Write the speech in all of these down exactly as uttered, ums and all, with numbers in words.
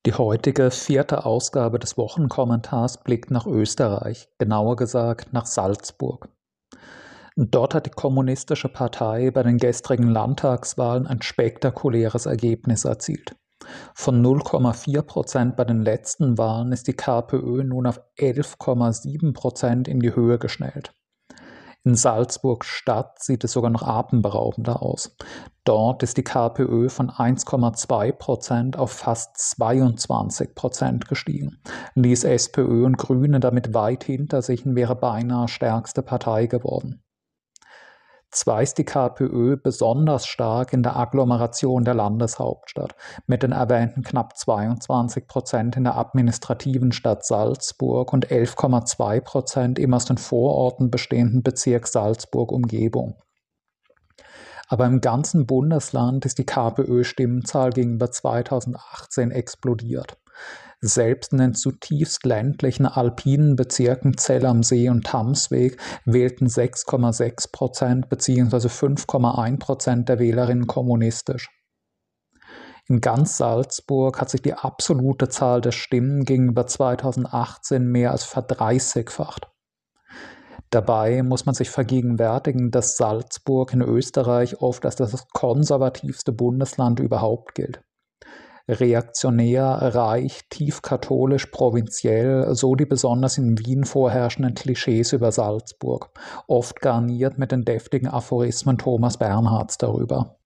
Die heutige vierte Ausgabe des Wochenkommentars blickt nach Österreich, genauer gesagt nach Salzburg. Dort hat die Kommunistische Partei bei den gestrigen Landtagswahlen ein spektakuläres Ergebnis erzielt. Von null Komma vier Prozent bei den letzten Wahlen ist die KPÖ nun auf elf Komma sieben Prozent in die Höhe geschnellt. In Salzburg-Stadt sieht es sogar noch atemberaubender aus. Dort ist die KPÖ von eins Komma zwei Prozent auf fast zweiundzwanzig Prozent gestiegen, ließ SPÖ und Grüne damit weit hinter sich und wäre beinahe stärkste Partei geworden. Zwar ist die KPÖ besonders stark in der Agglomeration der Landeshauptstadt, mit den erwähnten knapp zweiundzwanzig Prozent in der administrativen Stadt Salzburg und elf Komma zwei Prozent im aus den Vororten bestehenden Bezirk Salzburg-Umgebung. Aber im ganzen Bundesland ist die KPÖ-Stimmenzahl gegenüber zweitausendachtzehn explodiert. Selbst in den zutiefst ländlichen alpinen Bezirken Zell am See und Tamsweg wählten sechs Komma sechs Prozent bzw. fünf Komma eins Prozent der Wählerinnen kommunistisch. In ganz Salzburg hat sich die absolute Zahl der Stimmen gegenüber zweitausendachtzehn mehr als verdreißigfacht. Dabei muss man sich vergegenwärtigen, dass Salzburg in Österreich oft als das konservativste Bundesland überhaupt gilt. Reaktionär, reich, tiefkatholisch, provinziell, so die besonders in Wien vorherrschenden Klischees über Salzburg, oft garniert mit den deftigen Aphorismen Thomas Bernhards darüber.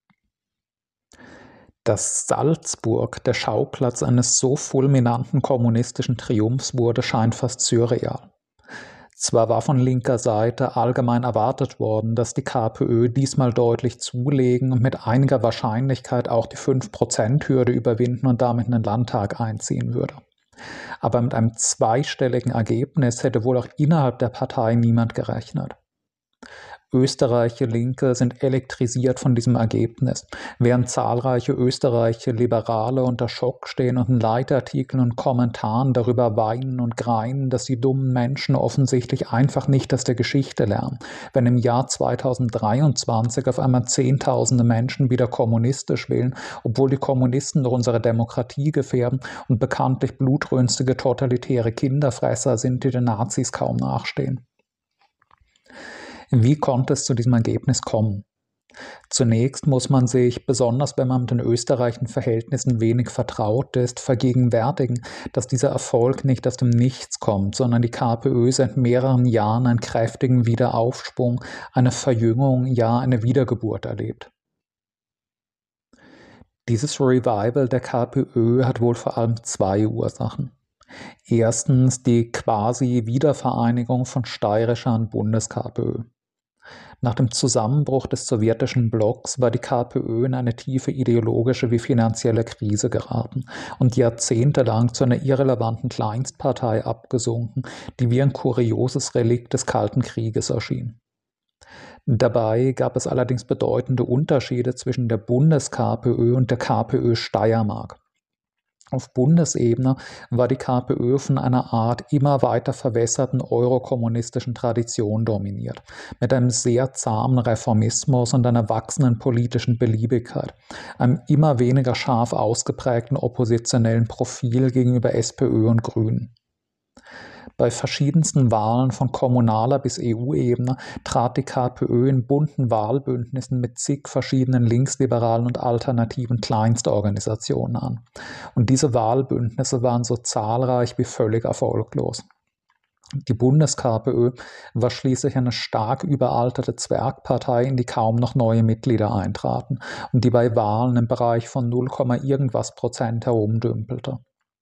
Dass Salzburg der Schauplatz eines so fulminanten kommunistischen Triumphs wurde, scheint fast surreal. Zwar war von linker Seite allgemein erwartet worden, dass die KPÖ diesmal deutlich zulegen und mit einiger Wahrscheinlichkeit auch die fünf Prozent Hürde überwinden und damit in den Landtag einziehen würde. Aber mit einem zweistelligen Ergebnis hätte wohl auch innerhalb der Partei niemand gerechnet. Österreichische Linke sind elektrisiert von diesem Ergebnis, während zahlreiche österreichische Liberale unter Schock stehen und in Leitartikeln und Kommentaren darüber weinen und greinen, dass die dummen Menschen offensichtlich einfach nicht aus der Geschichte lernen, wenn im Jahr zweitausenddreiundzwanzig auf einmal Zehntausende Menschen wieder kommunistisch wählen, obwohl die Kommunisten doch unsere Demokratie gefährden und bekanntlich blutrünstige totalitäre Kinderfresser sind, die den Nazis kaum nachstehen. Wie konnte es zu diesem Ergebnis kommen? Zunächst muss man sich, besonders wenn man mit den österreichischen Verhältnissen wenig vertraut ist, vergegenwärtigen, dass dieser Erfolg nicht aus dem Nichts kommt, sondern die KPÖ seit mehreren Jahren einen kräftigen Wiederaufschwung, eine Verjüngung, ja eine Wiedergeburt erlebt. Dieses Revival der KPÖ hat wohl vor allem zwei Ursachen. Erstens die quasi Wiedervereinigung von steirischer und Bundes-KPÖ. Nach dem Zusammenbruch des sowjetischen Blocks war die KPÖ in eine tiefe ideologische wie finanzielle Krise geraten und jahrzehntelang zu einer irrelevanten Kleinstpartei abgesunken, die wie ein kurioses Relikt des Kalten Krieges erschien. Dabei gab es allerdings bedeutende Unterschiede zwischen der Bundes-KPÖ und der KPÖ Steiermark. Auf Bundesebene war die KPÖ von einer Art immer weiter verwässerten eurokommunistischen Tradition dominiert, mit einem sehr zahmen Reformismus und einer wachsenden politischen Beliebigkeit, einem immer weniger scharf ausgeprägten oppositionellen Profil gegenüber SPÖ und Grünen. Bei verschiedensten Wahlen von kommunaler bis E U-Ebene trat die KPÖ in bunten Wahlbündnissen mit zig verschiedenen linksliberalen und alternativen Kleinstorganisationen an. Und diese Wahlbündnisse waren so zahlreich wie völlig erfolglos. Die Bundes-KPÖ war schließlich eine stark überalterte Zwergpartei, in die kaum noch neue Mitglieder eintraten und die bei Wahlen im Bereich von null, irgendwas Prozent herumdümpelte.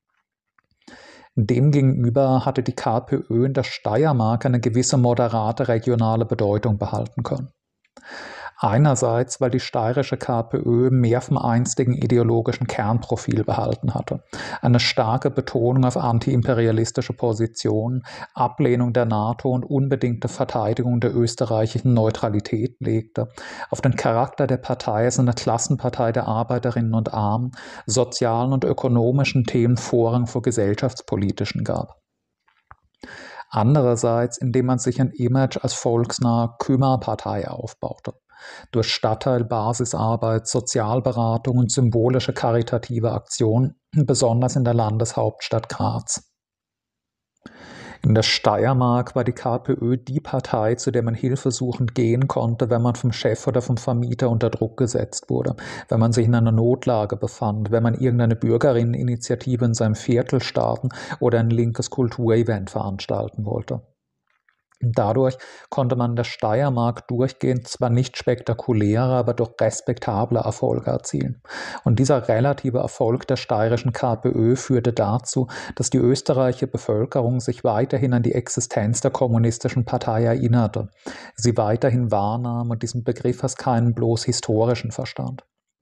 Demgegenüber hatte die KPÖ in der Steiermark eine gewisse moderate regionale Bedeutung behalten können. Einerseits, weil die steirische KPÖ mehr vom einstigen ideologischen Kernprofil behalten hatte, eine starke Betonung auf antiimperialistische Positionen, Ablehnung der NATO und unbedingte Verteidigung der österreichischen Neutralität legte, auf den Charakter der Partei als eine Klassenpartei der Arbeiterinnen und Armen, sozialen und ökonomischen Themen Vorrang vor gesellschaftspolitischen gab. Andererseits, indem man sich ein Image als volksnahe Kümmerpartei aufbaute. Durch Stadtteil, Basisarbeit, Sozialberatung und symbolische karitative Aktionen besonders in der Landeshauptstadt Graz. In der Steiermark war die KPÖ die Partei, zu der man hilfesuchend gehen konnte, wenn man vom Chef oder vom Vermieter unter Druck gesetzt wurde, wenn man sich in einer Notlage befand, wenn man irgendeine Bürgerinneninitiative in seinem Viertel starten oder ein linkes Kulturevent veranstalten wollte. Dadurch konnte man in der Steiermark durchgehend zwar nicht spektakuläre, aber doch respektable Erfolge erzielen. Und dieser relative Erfolg der steirischen KPÖ führte dazu, dass die österreichische Bevölkerung sich weiterhin an die Existenz der kommunistischen Partei erinnerte, sie weiterhin wahrnahm und diesen Begriff als keinen bloß historischen verstand.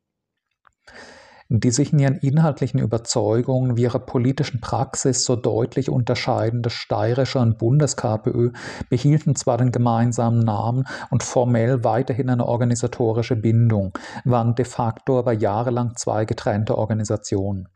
Die sich in ihren inhaltlichen Überzeugungen wie ihrer politischen Praxis so deutlich unterscheidende steirische und Bundes-KPÖ behielten zwar den gemeinsamen Namen und formell weiterhin eine organisatorische Bindung, waren de facto aber jahrelang zwei getrennte Organisationen.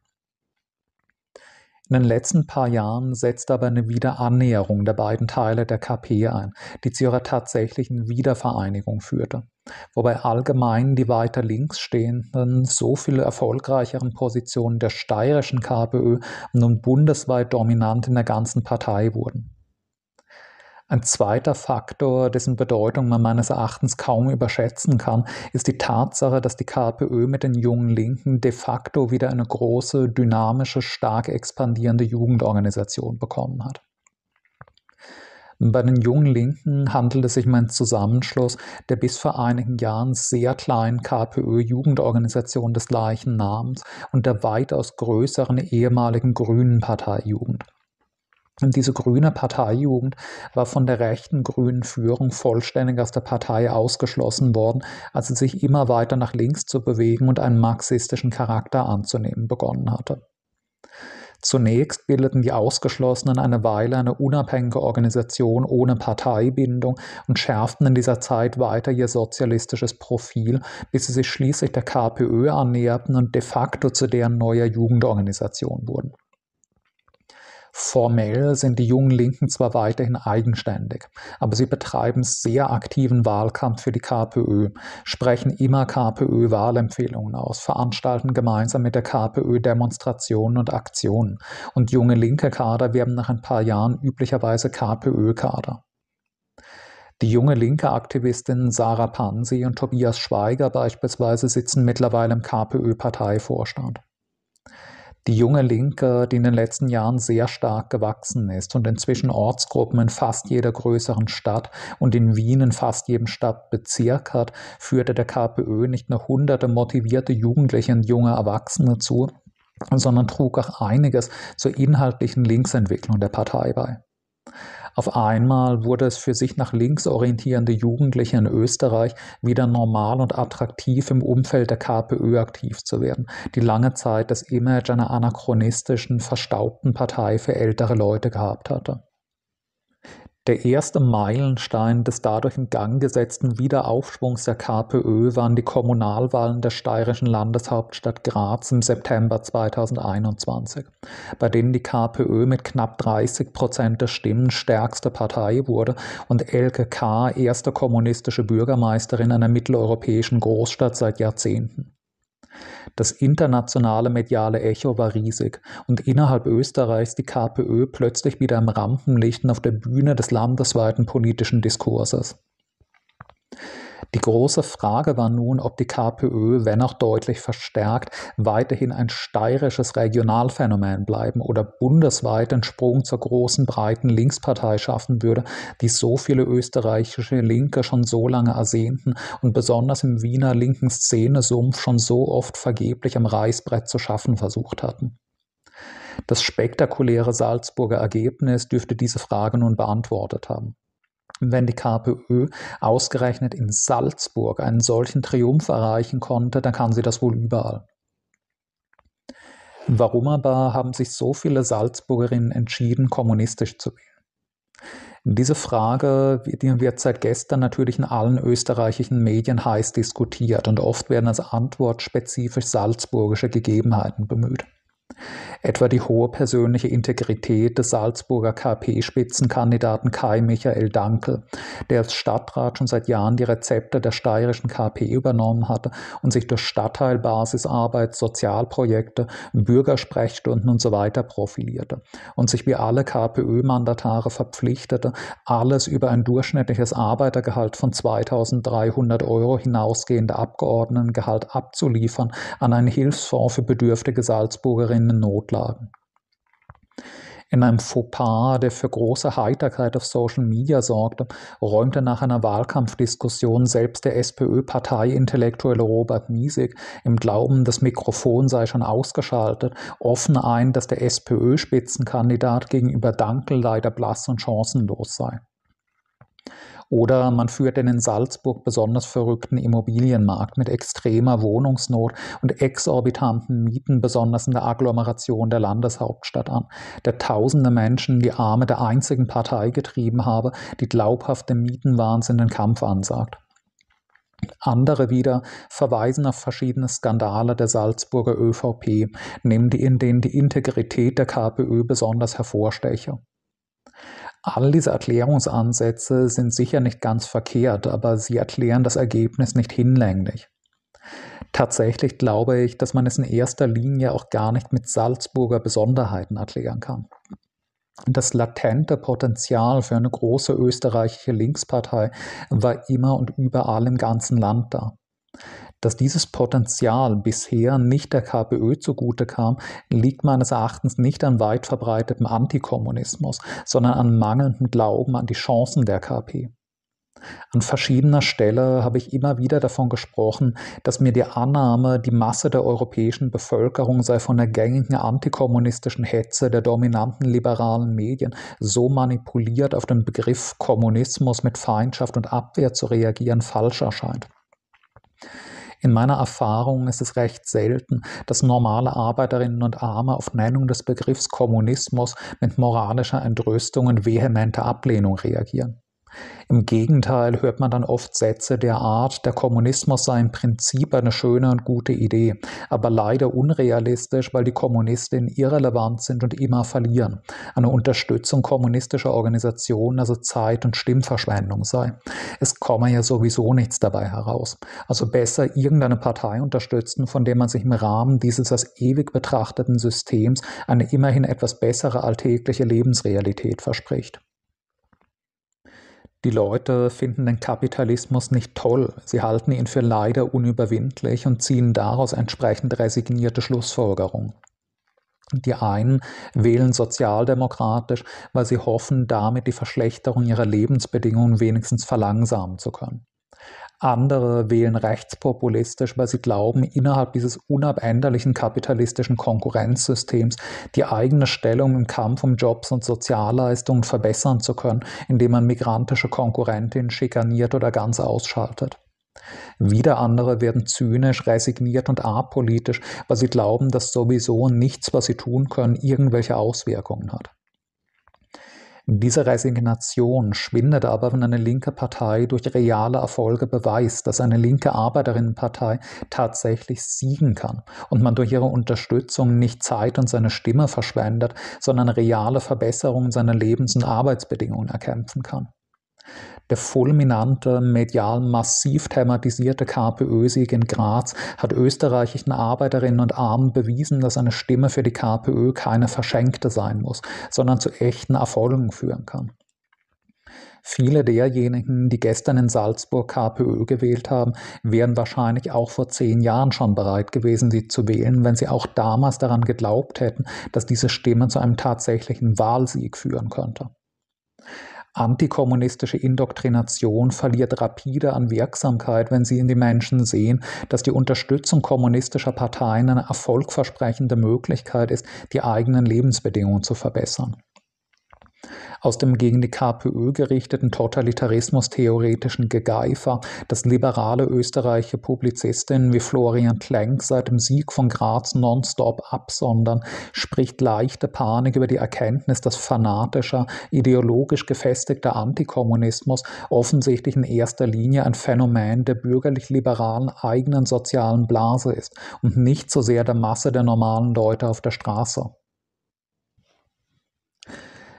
In den letzten paar Jahren setzte aber eine Wiederannäherung der beiden Teile der K P ein, die zu ihrer tatsächlichen Wiedervereinigung führte, wobei allgemein die weiter links stehenden, so viel erfolgreicheren Positionen der steirischen KPÖ nun bundesweit dominant in der ganzen Partei wurden. Ein zweiter Faktor, dessen Bedeutung man meines Erachtens kaum überschätzen kann, ist die Tatsache, dass die KPÖ mit den Jungen Linken de facto wieder eine große, dynamische, stark expandierende Jugendorganisation bekommen hat. Bei den Jungen Linken handelt es sich um einen Zusammenschluss der bis vor einigen Jahren sehr kleinen KPÖ-Jugendorganisation des gleichen Namens und der weitaus größeren ehemaligen Grünen Parteijugend. Und diese grüne Parteijugend war von der rechten grünen Führung vollständig aus der Partei ausgeschlossen worden, als sie sich immer weiter nach links zu bewegen und einen marxistischen Charakter anzunehmen begonnen hatte. Zunächst bildeten die Ausgeschlossenen eine Weile eine unabhängige Organisation ohne Parteibindung und schärften in dieser Zeit weiter ihr sozialistisches Profil, bis sie sich schließlich der KPÖ annäherten und de facto zu deren neuer Jugendorganisation wurden. Formell sind die Jungen Linken zwar weiterhin eigenständig, aber sie betreiben sehr aktiven Wahlkampf für die KPÖ, sprechen immer KPÖ-Wahlempfehlungen aus, veranstalten gemeinsam mit der KPÖ Demonstrationen und Aktionen und junge linke Kader werden nach ein paar Jahren üblicherweise KPÖ-Kader. Die junge linke Aktivistinnen Sarah Pansi und Tobias Schweiger beispielsweise sitzen mittlerweile im KPÖ-Parteivorstand. Die junge Linke, die in den letzten Jahren sehr stark gewachsen ist und inzwischen Ortsgruppen in fast jeder größeren Stadt und in Wien in fast jedem Stadtbezirk hat, führte der KPÖ nicht nur hunderte motivierte Jugendliche und junge Erwachsene zu, sondern trug auch einiges zur inhaltlichen Linksentwicklung der Partei bei. Auf einmal wurde es für sich nach links orientierende Jugendliche in Österreich wieder normal und attraktiv im Umfeld der KPÖ aktiv zu werden, die lange Zeit das Image einer anachronistischen, verstaubten Partei für ältere Leute gehabt hatte. Der erste Meilenstein des dadurch in Gang gesetzten Wiederaufschwungs der KPÖ waren die Kommunalwahlen der steirischen Landeshauptstadt Graz im September zweitausendeinundzwanzig, bei denen die KPÖ mit knapp dreißig Prozent der Stimmen stärkste Partei wurde und Elke K. erste kommunistische Bürgermeisterin einer mitteleuropäischen Großstadt seit Jahrzehnten. Das internationale mediale Echo war riesig und innerhalb Österreichs die KPÖ plötzlich wieder im Rampenlicht und auf der Bühne des landesweiten politischen Diskurses. Die große Frage war nun, ob die KPÖ, wenn auch deutlich verstärkt, weiterhin ein steirisches Regionalphänomen bleiben oder bundesweit den Sprung zur großen, breiten Linkspartei schaffen würde, die so viele österreichische Linke schon so lange ersehnten und besonders im Wiener linken Szenesumpf schon so oft vergeblich am Reißbrett zu schaffen versucht hatten. Das spektakuläre Salzburger Ergebnis dürfte diese Frage nun beantwortet haben. Wenn die KPÖ ausgerechnet in Salzburg einen solchen Triumph erreichen konnte, dann kann sie das wohl überall. Warum aber haben sich so viele Salzburgerinnen entschieden, kommunistisch zu wählen? Diese Frage die wird seit gestern natürlich in allen österreichischen Medien heiß diskutiert und oft werden als Antwort spezifisch salzburgische Gegebenheiten bemüht. etwa die hohe persönliche Integrität des Salzburger K P-Spitzenkandidaten Kai Michael Dankel, der als Stadtrat schon seit Jahren die Rezepte der steirischen K P übernommen hatte und sich durch Stadtteilbasisarbeit, Sozialprojekte, Bürgersprechstunden usw. profilierte und sich wie alle KPÖ-Mandatare verpflichtete, alles über ein durchschnittliches Arbeitergehalt von zweitausenddreihundert Euro hinausgehende Abgeordnetengehalt abzuliefern an einen Hilfsfonds für bedürftige Salzburgerinnen in Notlagen. In einem Fauxpas, der für große Heiterkeit auf Social Media sorgte, räumte nach einer Wahlkampfdiskussion selbst der SPÖ-Parteiintellektuelle Robert Miesig im Glauben, das Mikrofon sei schon ausgeschaltet, offen ein, dass der SPÖ-Spitzenkandidat gegenüber Dankel leider blass und chancenlos sei. Oder man führt den in Salzburg besonders verrückten Immobilienmarkt mit extremer Wohnungsnot und exorbitanten Mieten, besonders in der Agglomeration der Landeshauptstadt an, der tausende Menschen in die Arme der einzigen Partei getrieben habe, die glaubhaft dem Mietenwahnsinn den Kampf ansagt. Andere wieder verweisen auf verschiedene Skandale der Salzburger ÖVP, in denen die Integrität der KPÖ besonders hervorsteche. All diese Erklärungsansätze sind sicher nicht ganz verkehrt, aber sie erklären das Ergebnis nicht hinlänglich. Tatsächlich glaube ich, dass man es in erster Linie auch gar nicht mit Salzburger Besonderheiten erklären kann. Das latente Potenzial für eine große österreichische Linkspartei war immer und überall im ganzen Land da. Dass dieses Potenzial bisher nicht der KPÖ zugute kam, liegt meines Erachtens nicht an weit verbreitetem Antikommunismus, sondern an mangelndem Glauben an die Chancen der K P. An verschiedener Stelle habe ich immer wieder davon gesprochen, dass mir die Annahme, die Masse der europäischen Bevölkerung sei von der gängigen antikommunistischen Hetze der dominanten liberalen Medien so manipuliert, auf den Begriff Kommunismus mit Feindschaft und Abwehr zu reagieren, falsch erscheint. In meiner Erfahrung ist es recht selten, dass normale Arbeiterinnen und Arme auf Nennung des Begriffs Kommunismus mit moralischer Entrüstung und vehementer Ablehnung reagieren. Im Gegenteil hört man dann oft Sätze der Art, der Kommunismus sei im Prinzip eine schöne und gute Idee, aber leider unrealistisch, weil die Kommunistinnen irrelevant sind und immer verlieren. Eine Unterstützung kommunistischer Organisationen also Zeit- und Stimmverschwendung sei. Es komme ja sowieso nichts dabei heraus. Also besser irgendeine Partei unterstützen, von der man sich im Rahmen dieses als ewig betrachteten Systems eine immerhin etwas bessere alltägliche Lebensrealität verspricht. Die Leute finden den Kapitalismus nicht toll, sie halten ihn für leider unüberwindlich und ziehen daraus entsprechend resignierte Schlussfolgerungen. Die einen wählen sozialdemokratisch, weil sie hoffen, damit die Verschlechterung ihrer Lebensbedingungen wenigstens verlangsamen zu können. Andere wählen rechtspopulistisch, weil sie glauben, innerhalb dieses unabänderlichen kapitalistischen Konkurrenzsystems die eigene Stellung im Kampf um Jobs und Sozialleistungen verbessern zu können, indem man migrantische Konkurrentinnen schikaniert oder ganz ausschaltet. Wieder andere werden zynisch, resigniert und apolitisch, weil sie glauben, dass sowieso nichts, was sie tun können, irgendwelche Auswirkungen hat. Diese Resignation schwindet aber, wenn eine linke Partei durch reale Erfolge beweist, dass eine linke Arbeiterinnenpartei tatsächlich siegen kann und man durch ihre Unterstützung nicht Zeit und seine Stimme verschwendet, sondern reale Verbesserungen seiner Lebens- und Arbeitsbedingungen erkämpfen kann. Der fulminante, medial massiv thematisierte KPÖ-Sieg in Graz hat österreichischen Arbeiterinnen und Armen bewiesen, dass eine Stimme für die KPÖ keine verschenkte sein muss, sondern zu echten Erfolgen führen kann. Viele derjenigen, die gestern in Salzburg KPÖ gewählt haben, wären wahrscheinlich auch vor zehn Jahren schon bereit gewesen, sie zu wählen, wenn sie auch damals daran geglaubt hätten, dass diese Stimme zu einem tatsächlichen Wahlsieg führen könnte. Antikommunistische Indoktrination verliert rapide an Wirksamkeit, wenn sie in die Menschen sehen, dass die Unterstützung kommunistischer Parteien eine erfolgversprechende Möglichkeit ist, die eigenen Lebensbedingungen zu verbessern. Aus dem gegen die KPÖ gerichteten totalitarismus-theoretischen Gegeifer, das liberale österreichische Publizistinnen wie Florian Klenk seit dem Sieg von Graz nonstop absondern, spricht leichte Panik über die Erkenntnis, dass fanatischer, ideologisch gefestigter Antikommunismus offensichtlich in erster Linie ein Phänomen der bürgerlich-liberalen eigenen sozialen Blase ist und nicht so sehr der Masse der normalen Leute auf der Straße.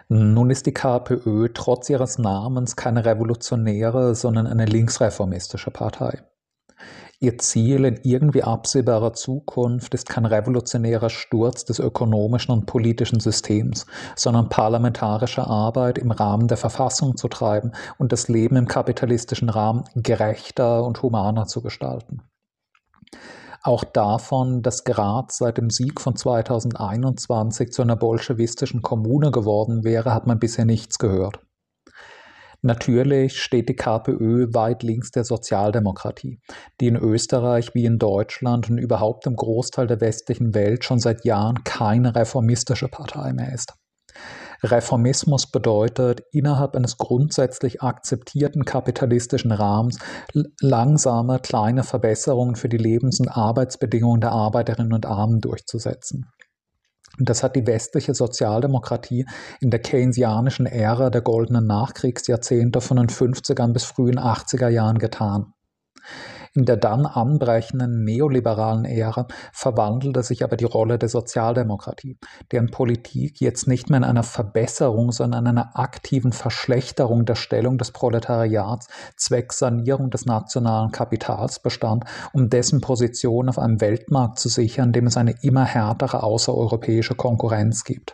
Nun ist die KPÖ trotz ihres Namens keine revolutionäre, sondern eine linksreformistische Partei. Ihr Ziel in irgendwie absehbarer Zukunft ist kein revolutionärer Sturz des ökonomischen und politischen Systems, sondern parlamentarische Arbeit im Rahmen der Verfassung zu treiben und das Leben im kapitalistischen Rahmen gerechter und humaner zu gestalten. Auch davon, dass Graz seit dem Sieg von zweitausendeinundzwanzig zu einer bolschewistischen Kommune geworden wäre, hat man bisher nichts gehört. Natürlich steht die KPÖ weit links der Sozialdemokratie, die in Österreich wie in Deutschland und überhaupt im Großteil der westlichen Welt schon seit Jahren keine reformistische Partei mehr ist. Reformismus bedeutet, innerhalb eines grundsätzlich akzeptierten kapitalistischen Rahmens langsame, kleine Verbesserungen für die Lebens- und Arbeitsbedingungen der Arbeiterinnen und Armen durchzusetzen. Das hat die westliche Sozialdemokratie in der keynesianischen Ära der goldenen Nachkriegsjahrzehnte von den fünfzigern bis frühen achtziger Jahren getan. In der dann anbrechenden neoliberalen Ära verwandelte sich aber die Rolle der Sozialdemokratie, deren Politik jetzt nicht mehr in einer Verbesserung, sondern in einer aktiven Verschlechterung der Stellung des Proletariats zwecks Sanierung des nationalen Kapitals bestand, um dessen Position auf einem Weltmarkt zu sichern, dem es eine immer härtere außereuropäische Konkurrenz gibt.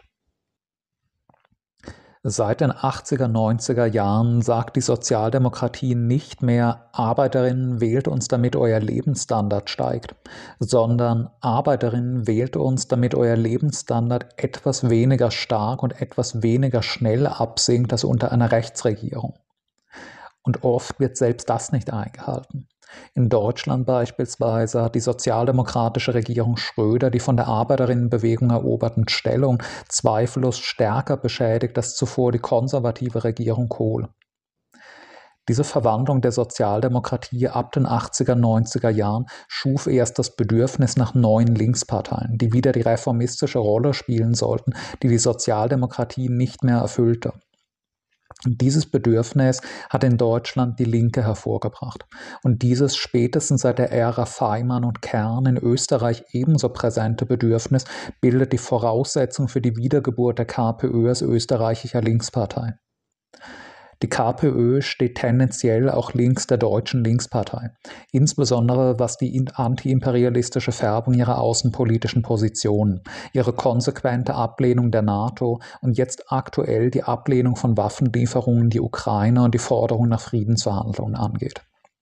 Seit den achtziger, neunziger Jahren sagt die Sozialdemokratie nicht mehr, Arbeiterinnen, wählt uns, damit euer Lebensstandard steigt, sondern Arbeiterinnen, wählt uns, damit euer Lebensstandard etwas weniger stark und etwas weniger schnell absinkt als unter einer Rechtsregierung. Und oft wird selbst das nicht eingehalten. In Deutschland beispielsweise hat die sozialdemokratische Regierung Schröder die von der Arbeiterinnenbewegung eroberten Stellung zweifellos stärker beschädigt als zuvor die konservative Regierung Kohl. Diese Verwandlung der Sozialdemokratie ab den achtziger, neunziger Jahren schuf erst das Bedürfnis nach neuen Linksparteien, die wieder die reformistische Rolle spielen sollten, die die Sozialdemokratie nicht mehr erfüllte. Und dieses Bedürfnis hat in Deutschland die Linke hervorgebracht. Und dieses spätestens seit der Ära Faymann und Kern in Österreich ebenso präsente Bedürfnis bildet die Voraussetzung für die Wiedergeburt der KPÖ als österreichischer Linkspartei. Die KPÖ steht tendenziell auch links der deutschen Linkspartei, insbesondere was die antiimperialistische Färbung ihrer außenpolitischen Positionen, ihre konsequente Ablehnung der NATO und jetzt aktuell die Ablehnung von Waffenlieferungen in die Ukraine und die Forderung nach Friedensverhandlungen angeht.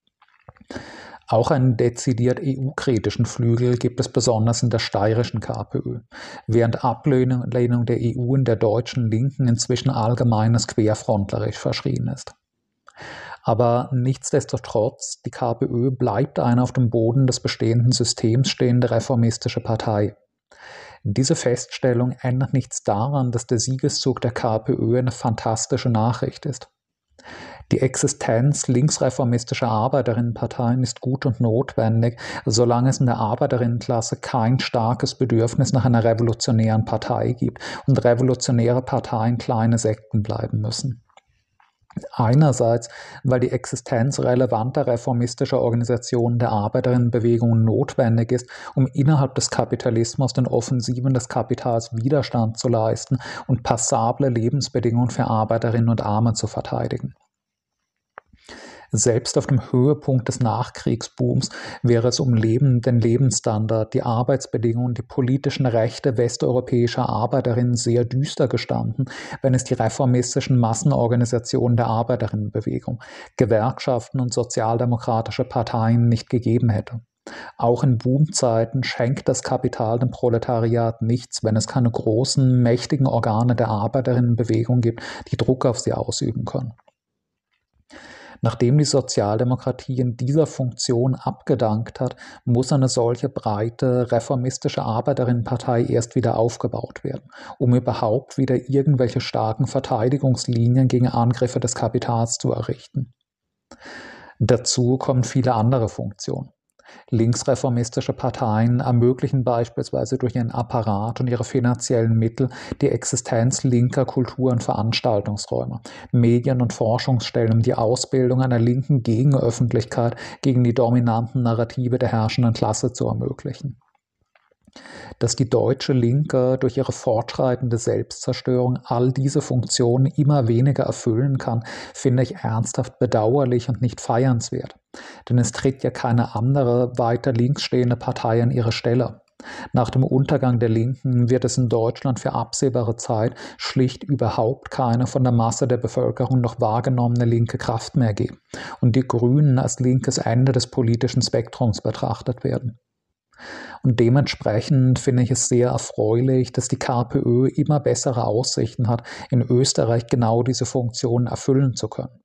Auch einen dezidiert E U-kritischen Flügel gibt es besonders in der steirischen KPÖ, während Ablehnung der E U in der deutschen Linken inzwischen allgemeines querfrontlerisch verschrien ist. Aber nichtsdestotrotz, die KPÖ bleibt eine auf dem Boden des bestehenden Systems stehende reformistische Partei. Diese Feststellung ändert nichts daran, dass der Siegeszug der KPÖ eine fantastische Nachricht ist. Die Existenz linksreformistischer Arbeiterinnenparteien ist gut und notwendig, solange es in der Arbeiterinnenklasse kein starkes Bedürfnis nach einer revolutionären Partei gibt und revolutionäre Parteien kleine Sekten bleiben müssen. Einerseits, weil die Existenz relevanter reformistischer Organisationen der Arbeiterinnenbewegungen notwendig ist, um innerhalb des Kapitalismus den Offensiven des Kapitals Widerstand zu leisten und passable Lebensbedingungen für Arbeiterinnen und Arme zu verteidigen. Selbst auf dem Höhepunkt des Nachkriegsbooms wäre es um Leben, den Lebensstandard, die Arbeitsbedingungen und die politischen Rechte westeuropäischer Arbeiterinnen sehr düster gestanden, wenn es die reformistischen Massenorganisationen der Arbeiterinnenbewegung, Gewerkschaften und sozialdemokratische Parteien nicht gegeben hätte. Auch in Boomzeiten schenkt das Kapital dem Proletariat nichts, wenn es keine großen, mächtigen Organe der Arbeiterinnenbewegung gibt, die Druck auf sie ausüben können. Nachdem die Sozialdemokratie in dieser Funktion abgedankt hat, muss eine solche breite, reformistische Arbeiterinnenpartei erst wieder aufgebaut werden, um überhaupt wieder irgendwelche starken Verteidigungslinien gegen Angriffe des Kapitals zu errichten. Dazu kommen viele andere Funktionen. Linksreformistische Parteien ermöglichen beispielsweise durch ihren Apparat und ihre finanziellen Mittel die Existenz linker Kultur- und Veranstaltungsräume, Medien- und Forschungsstellen, um die Ausbildung einer linken Gegenöffentlichkeit gegen die dominanten Narrative der herrschenden Klasse zu ermöglichen. Dass die deutsche Linke durch ihre fortschreitende Selbstzerstörung all diese Funktionen immer weniger erfüllen kann, finde ich ernsthaft bedauerlich und nicht feiernswert. Denn es tritt ja keine andere, weiter links stehende Partei an ihre Stelle. Nach dem Untergang der Linken wird es in Deutschland für absehbare Zeit schlicht überhaupt keine von der Masse der Bevölkerung noch wahrgenommene linke Kraft mehr geben und die Grünen als linkes Ende des politischen Spektrums betrachtet werden. Und dementsprechend finde ich es sehr erfreulich, dass die KPÖ immer bessere Aussichten hat, in Österreich genau diese Funktionen erfüllen zu können.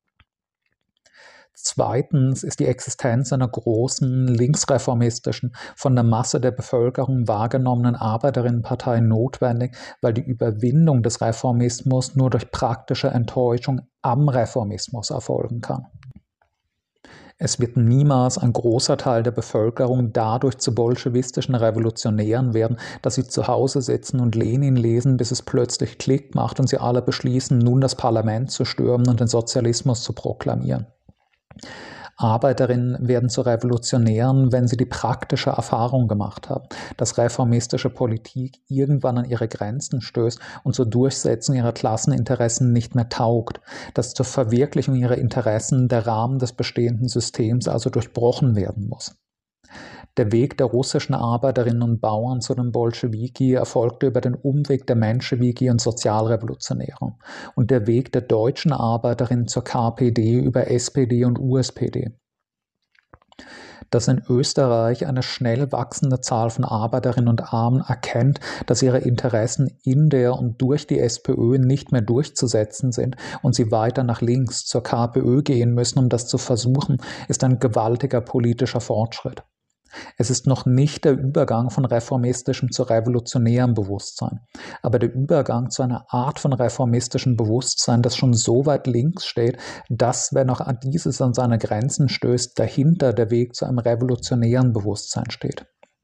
Zweitens ist die Existenz einer großen, linksreformistischen, von der Masse der Bevölkerung wahrgenommenen Arbeiterinnenpartei notwendig, weil die Überwindung des Reformismus nur durch praktische Enttäuschung am Reformismus erfolgen kann. Es wird niemals ein großer Teil der Bevölkerung dadurch zu bolschewistischen Revolutionären werden, dass sie zu Hause sitzen und Lenin lesen, bis es plötzlich Klick macht und sie alle beschließen, nun das Parlament zu stürmen und den Sozialismus zu proklamieren. Arbeiterinnen werden zu Revolutionären, wenn sie die praktische Erfahrung gemacht haben, dass reformistische Politik irgendwann an ihre Grenzen stößt und zur Durchsetzung ihrer Klasseninteressen nicht mehr taugt, dass zur Verwirklichung ihrer Interessen der Rahmen des bestehenden Systems also durchbrochen werden muss. Der Weg der russischen Arbeiterinnen und Bauern zu den Bolschewiki erfolgte über den Umweg der Menschewiki und Sozialrevolutionäre und der Weg der deutschen Arbeiterinnen zur K P D über S P D und U S P D. Dass in Österreich eine schnell wachsende Zahl von Arbeiterinnen und Armen erkennt, dass ihre Interessen in der und durch die SPÖ nicht mehr durchzusetzen sind und sie weiter nach links zur KPÖ gehen müssen, um das zu versuchen, ist ein gewaltiger politischer Fortschritt. Es ist noch nicht der Übergang von reformistischem zu revolutionärem Bewusstsein, aber der Übergang zu einer Art von reformistischem Bewusstsein, das schon so weit links steht, dass, wenn auch dieses an seine Grenzen stößt, dahinter der Weg zu einem revolutionären Bewusstsein steht.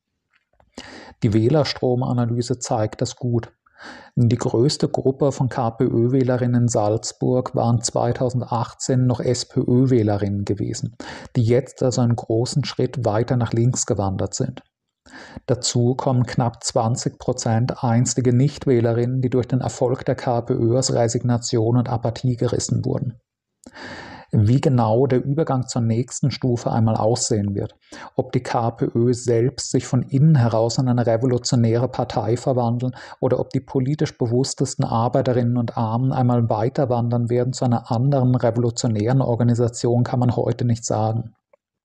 Die Wählerstromanalyse zeigt das gut. Die größte Gruppe von KPÖ-Wählerinnen in Salzburg waren zweitausendachtzehn noch SPÖ-Wählerinnen gewesen, die jetzt also einen großen Schritt weiter nach links gewandert sind. Dazu kommen knapp zwanzig Prozent einstige Nichtwählerinnen, die durch den Erfolg der KPÖ aus Resignation und Apathie gerissen wurden. Wie genau der Übergang zur nächsten Stufe einmal aussehen wird, ob die KPÖ selbst sich von innen heraus in eine revolutionäre Partei verwandeln oder ob die politisch bewusstesten Arbeiterinnen und Armen einmal weiter wandern werden zu einer anderen revolutionären Organisation, kann man heute nicht sagen.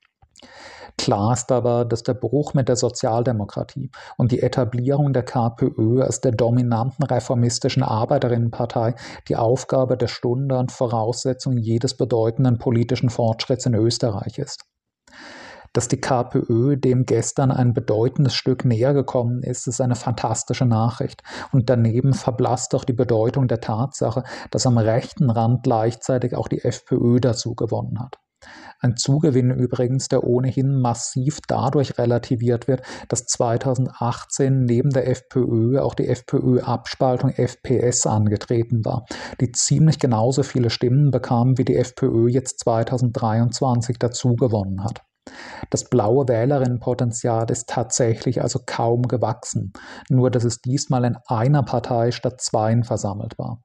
Klar ist aber, dass der Bruch mit der Sozialdemokratie und die Etablierung der KPÖ als der dominanten reformistischen Arbeiterinnenpartei die Aufgabe der Stunde und Voraussetzung jedes bedeutenden politischen Fortschritts in Österreich ist. Dass die KPÖ dem gestern ein bedeutendes Stück näher gekommen ist, ist eine fantastische Nachricht. Und daneben verblasst doch die Bedeutung der Tatsache, dass am rechten Rand gleichzeitig auch die FPÖ dazu gewonnen hat. Ein Zugewinn übrigens, der ohnehin massiv dadurch relativiert wird, dass zweitausendachtzehn neben der FPÖ auch die FPÖ-Abspaltung F P S angetreten war, die ziemlich genauso viele Stimmen bekam, wie die FPÖ jetzt zweitausenddreiundzwanzig dazu gewonnen hat. Das blaue Wählerinnenpotenzial ist tatsächlich also kaum gewachsen, nur dass es diesmal in einer Partei statt zweien versammelt war.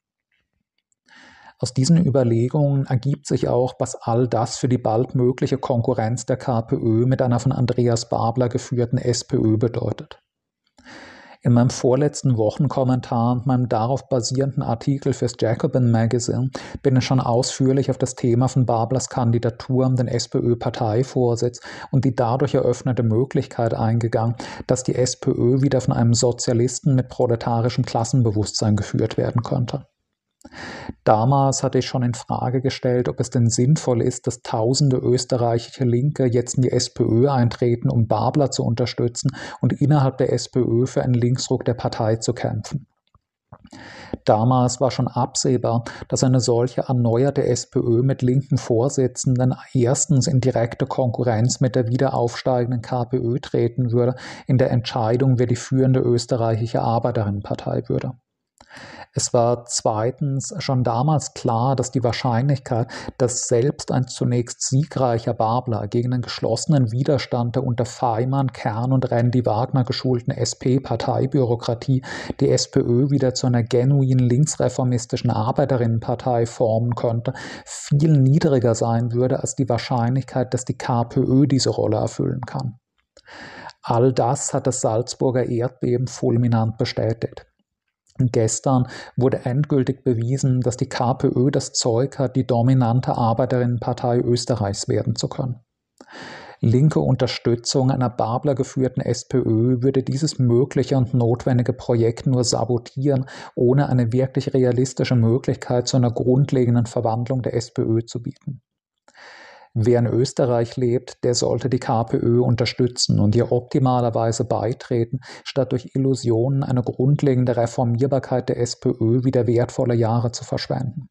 Aus diesen Überlegungen ergibt sich auch, was all das für die bald mögliche Konkurrenz der KPÖ mit einer von Andreas Babler geführten SPÖ bedeutet. In meinem vorletzten Wochenkommentar und meinem darauf basierenden Artikel fürs Jacobin Magazine bin ich schon ausführlich auf das Thema von Bablers Kandidatur um den SPÖ-Parteivorsitz und die dadurch eröffnete Möglichkeit eingegangen, dass die SPÖ wieder von einem Sozialisten mit proletarischem Klassenbewusstsein geführt werden könnte. Damals hatte ich schon in Frage gestellt, ob es denn sinnvoll ist, dass tausende österreichische Linke jetzt in die SPÖ eintreten, um Babler zu unterstützen und innerhalb der SPÖ für einen Linksruck der Partei zu kämpfen. Damals war schon absehbar, dass eine solche erneuerte SPÖ mit linken Vorsitzenden erstens in direkte Konkurrenz mit der wieder aufsteigenden KPÖ treten würde, in der Entscheidung, wer die führende österreichische Arbeiterinnenpartei würde. Es war zweitens schon damals klar, dass die Wahrscheinlichkeit, dass selbst ein zunächst siegreicher Babler gegen den geschlossenen Widerstand der unter Faymann, Kern und Randy Wagner geschulten S P-Parteibürokratie die SPÖ wieder zu einer genuin linksreformistischen Arbeiterinnenpartei formen könnte, viel niedriger sein würde als die Wahrscheinlichkeit, dass die KPÖ diese Rolle erfüllen kann. All das hat das Salzburger Erdbeben fulminant bestätigt. Gestern wurde endgültig bewiesen, dass die KPÖ das Zeug hat, die dominante Arbeiterinnenpartei Österreichs werden zu können. Linke Unterstützung einer Babler geführten SPÖ würde dieses mögliche und notwendige Projekt nur sabotieren, ohne eine wirklich realistische Möglichkeit zu einer grundlegenden Verwandlung der SPÖ zu bieten. Wer in Österreich lebt, der sollte die KPÖ unterstützen und ihr optimalerweise beitreten, statt durch Illusionen eine grundlegende Reformierbarkeit der SPÖ wieder wertvolle Jahre zu verschwenden.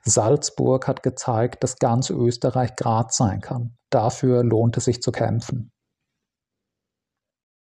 Salzburg hat gezeigt, dass ganz Österreich Graz sein kann. Dafür lohnt es sich zu kämpfen.